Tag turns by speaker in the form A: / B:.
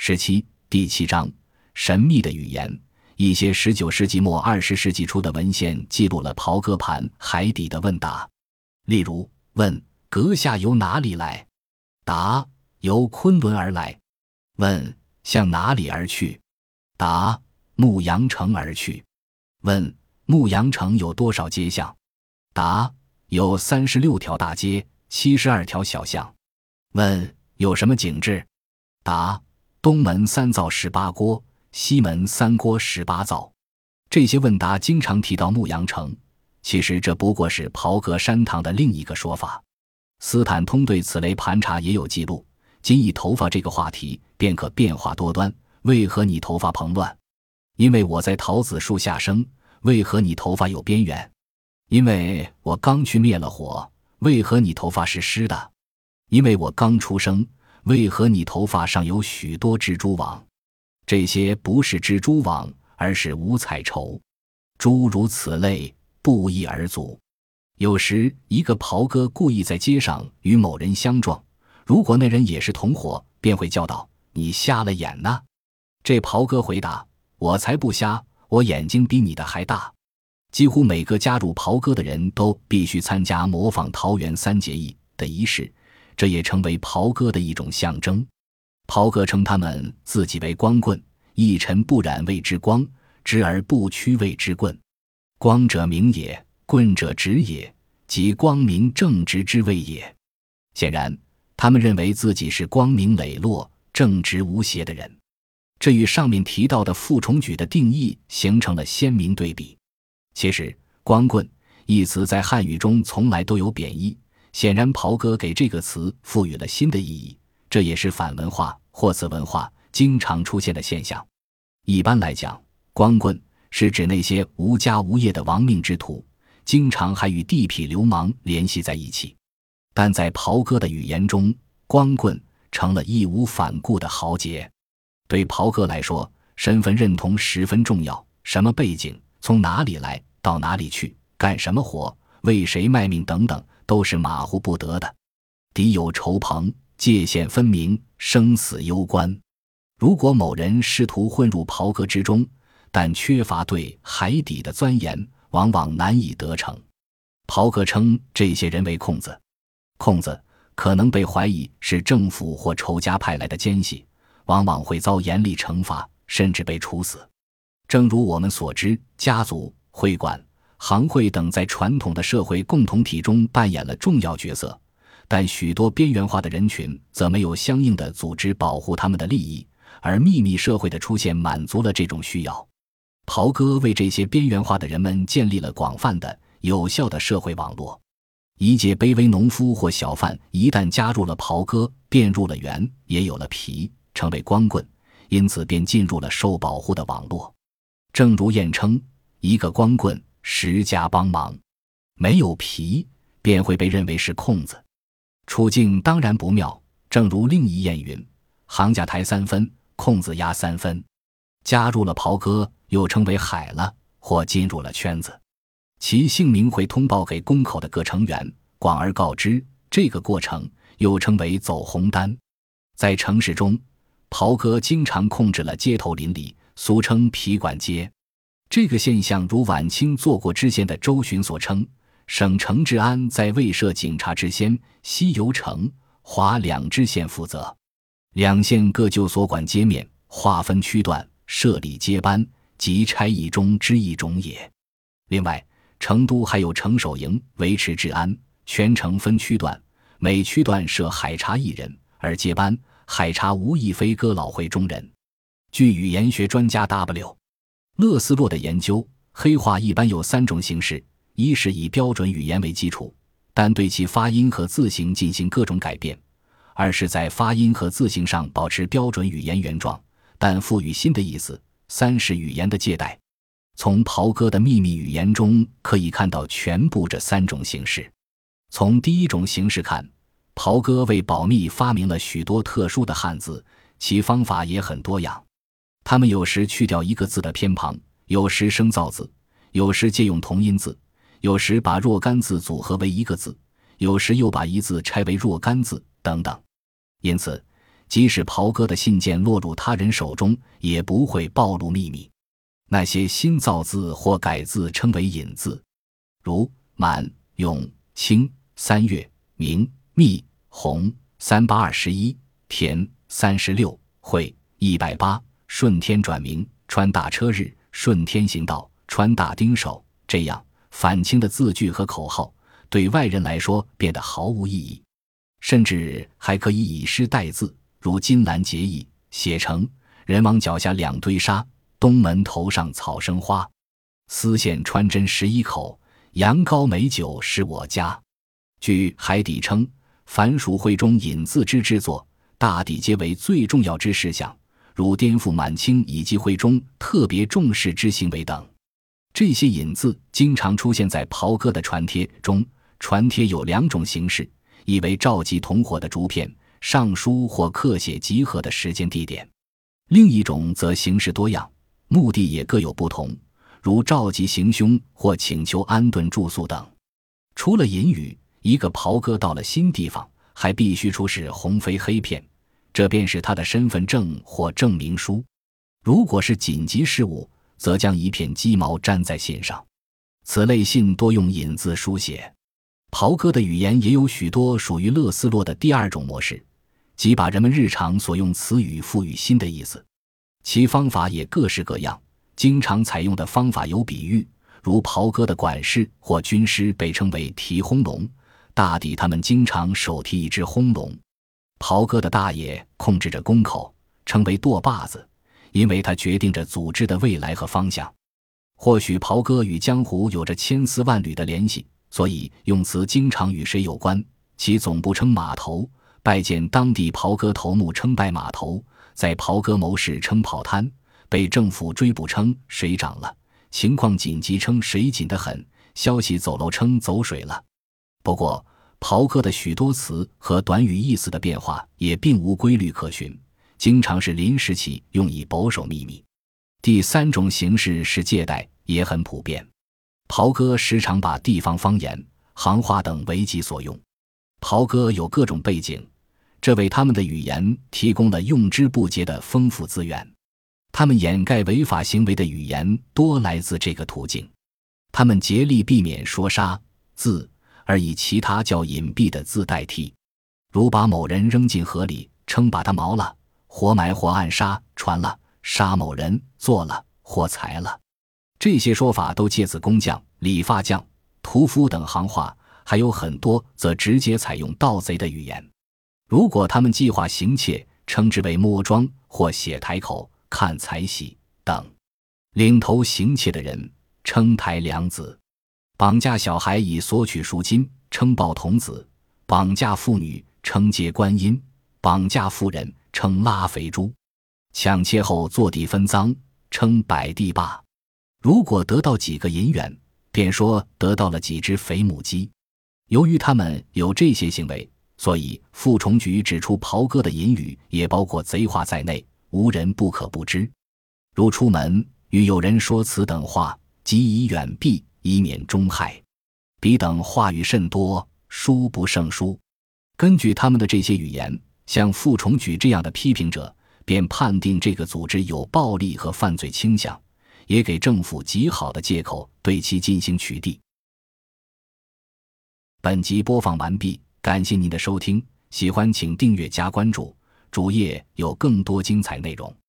A: 17第7章神秘的语言。一些19世纪末20世纪初的文献记录了袍哥盘海底的问答，例如问阁下由哪里来，答由昆仑而来，问向哪里而去，答牧羊城而去，问牧羊城有多少街巷，答有36条大街72条小巷，问有什么景致，答东门3灶18锅，西门3锅18灶。这些问答经常提到牧羊城，其实这不过是袍哥山堂的另一个说法。斯坦通对此类盘查也有记录，仅以头发这个话题便可变化多端。为何你头发蓬乱？因为我在桃子树下生。为何你头发有边缘？因为我刚去灭了火。为何你头发是湿的？因为我刚出生。为何你头发上有许多蜘蛛网？这些不是蜘蛛网，而是五彩绸。诸如此类，不一而足。有时一个袍哥故意在街上与某人相撞，如果那人也是同伙，便会叫道：你瞎了眼呢？这袍哥回答：我才不瞎，我眼睛比你的还大。几乎每个加入袍哥的人都必须参加模仿桃园3结义的仪式，这也成为袍哥的一种象征。袍哥称他们自己为光棍，一尘不染谓之光，直而不屈谓之棍。光者明也，棍者直也，即光明正直之谓也。显然他们认为自己是光明磊落正直无邪的人，这与上面提到的傅崇举的定义形成了鲜明对比。其实光棍一词在汉语中从来都有贬义，显然袍哥给这个词赋予了新的意义，这也是反文化或次文化经常出现的现象。一般来讲，光棍是指那些无家无业的亡命之徒，经常还与地痞流氓联系在一起。但在袍哥的语言中，光棍成了义无反顾的豪杰。对袍哥来说，身份认同十分重要，什么背景，从哪里来，到哪里去，干什么活，为谁卖命等等，都是马虎不得的。敌有仇朋，界限分明，生死攸关。如果某人试图混入袍哥之中，但缺乏对海底的钻研，往往难以得逞。袍哥称这些人为空子。空子可能被怀疑是政府或仇家派来的奸细，往往会遭严厉惩罚，甚至被处死。正如我们所知，家族、会馆、行会等在传统的社会共同体中扮演了重要角色，但许多边缘化的人群则没有相应的组织保护他们的利益，而秘密社会的出现满足了这种需要。袍哥为这些边缘化的人们建立了广泛的、有效的社会网络。一介卑微农夫或小贩一旦加入了袍哥，便入了园，也有了皮，成为光棍，因此便进入了受保护的网络。正如谚称，一个光棍10家帮忙，没有皮便会被认为是空子，处境当然不妙。正如另一谚云：行家抬3分，空子压3分。加入了袍哥，又称为海了，或进入了圈子，其姓名会通报给公口的各成员，广而告之。这个过程又称为走红单。在城市中，袍哥经常控制了街头邻里，俗称皮管街。这个现象如晚清做过知县的周巡所称，省城治安在未设警察之先，西邮城、华2知县负责，2县各就所管街面，划分区段，设立街班，即差役中之一种也。另外，成都还有城守营维持治安，全城分区段，每区段设海察1人，而街班海察无一非哥老会中人。据语言学专家 W. 勒斯洛的研究，黑话一般有3种形式：一是以标准语言为基础，但对其发音和字形进行各种改变；二是在发音和字形上保持标准语言原状，但赋予新的意思；三是语言的借代。从袍哥的秘密语言中可以看到全部这3种形式。从第一种形式看，袍哥为保密发明了许多特殊的汉字，其方法也很多样。他们有时去掉一个字的偏旁，有时生造字，有时借用同音字，有时把若干字组合为一个字，有时又把一字拆为若干字等等。因此即使袍哥的信件落入他人手中，也不会暴露秘密。那些新造字或改字称为引字，如满、永、清、三月、明、密、洪、3821、田、36、会、180、顺天转明、川大车日、顺天行道、川大丁守，这样反清的字句和口号对外人来说变得毫无意义，甚至还可以以诗代字，如金兰结义写成人王脚下两堆沙，东门头上草生花，丝线穿针11口，羊羔美酒是我家。据海底称，凡属会中引字之制作，大抵皆为最重要之事项，如颠覆满清以及会中特别重视之行为等。这些引字经常出现在袍哥的传帖中，传帖有2种形式，一为召集同伙的竹片、上书或刻写集合的时间地点，另一种则形式多样，目的也各有不同，如召集行凶或请求安顿住宿等。除了引语，一个袍哥到了新地方还必须出示红飞黑片，这便是他的身份证或证明书。如果是紧急事务，则将一片鸡毛粘在信上。此类信多用引字书写。袍哥的语言也有许多属于勒斯洛的第2种模式，即把人们日常所用词语赋予新的意思。其方法也各式各样，经常采用的方法有比喻，如袍哥的管事或军师被称为提轰龙，大抵他们经常手提一只轰龙。袍哥的大爷控制着宫口，称为舵把子，因为他决定着组织的未来和方向。或许袍哥与江湖有着千丝万缕的联系，所以用词经常与谁有关。其总部称码头，拜见当地袍哥头目称拜码头，在袍哥谋事称跑滩，被政府追捕称水涨了，情况紧急称水紧得很，消息走漏称走水了。不过袍哥的许多词和短语意思的变化也并无规律可循，经常是临时起用以保守秘密。第3种形式是借代，也很普遍。袍哥时常把地方方言、行话等为己所用。袍哥有各种背景，这为他们的语言提供了用之不竭的丰富资源。他们掩盖违法行为的语言多来自这个途径。他们竭力避免说杀字，而以其他较隐蔽的字代替，如把某人扔进河里，称把他锚了，活埋或暗杀，传了，杀某人，做了，或裁了。这些说法都借自工匠、理发匠、屠夫等行话，还有很多则直接采用盗贼的语言。如果他们计划行窃，称之为摸庄或写台口、看财喜等。领头行窃的人称台良子，绑架小孩以索取赎金称抱童子，绑架妇女称接观音，绑架妇人称拉肥猪，抢窃后坐地分赃称摆地霸。如果得到几个银元，便说得到了几只肥母鸡。由于他们有这些行为，所以副重局指出袍哥的引语也包括贼话在内，无人不可不知。如出门与友人说此等话，即以远避，以免中害。彼等话语甚多，书不胜书。根据他们的这些语言，像副重局这样的批评者便判定这个组织有暴力和犯罪倾向，也给政府极好的借口对其进行取缔。本集播放完毕，感谢您的收听，喜欢请订阅加关注，主页有更多精彩内容。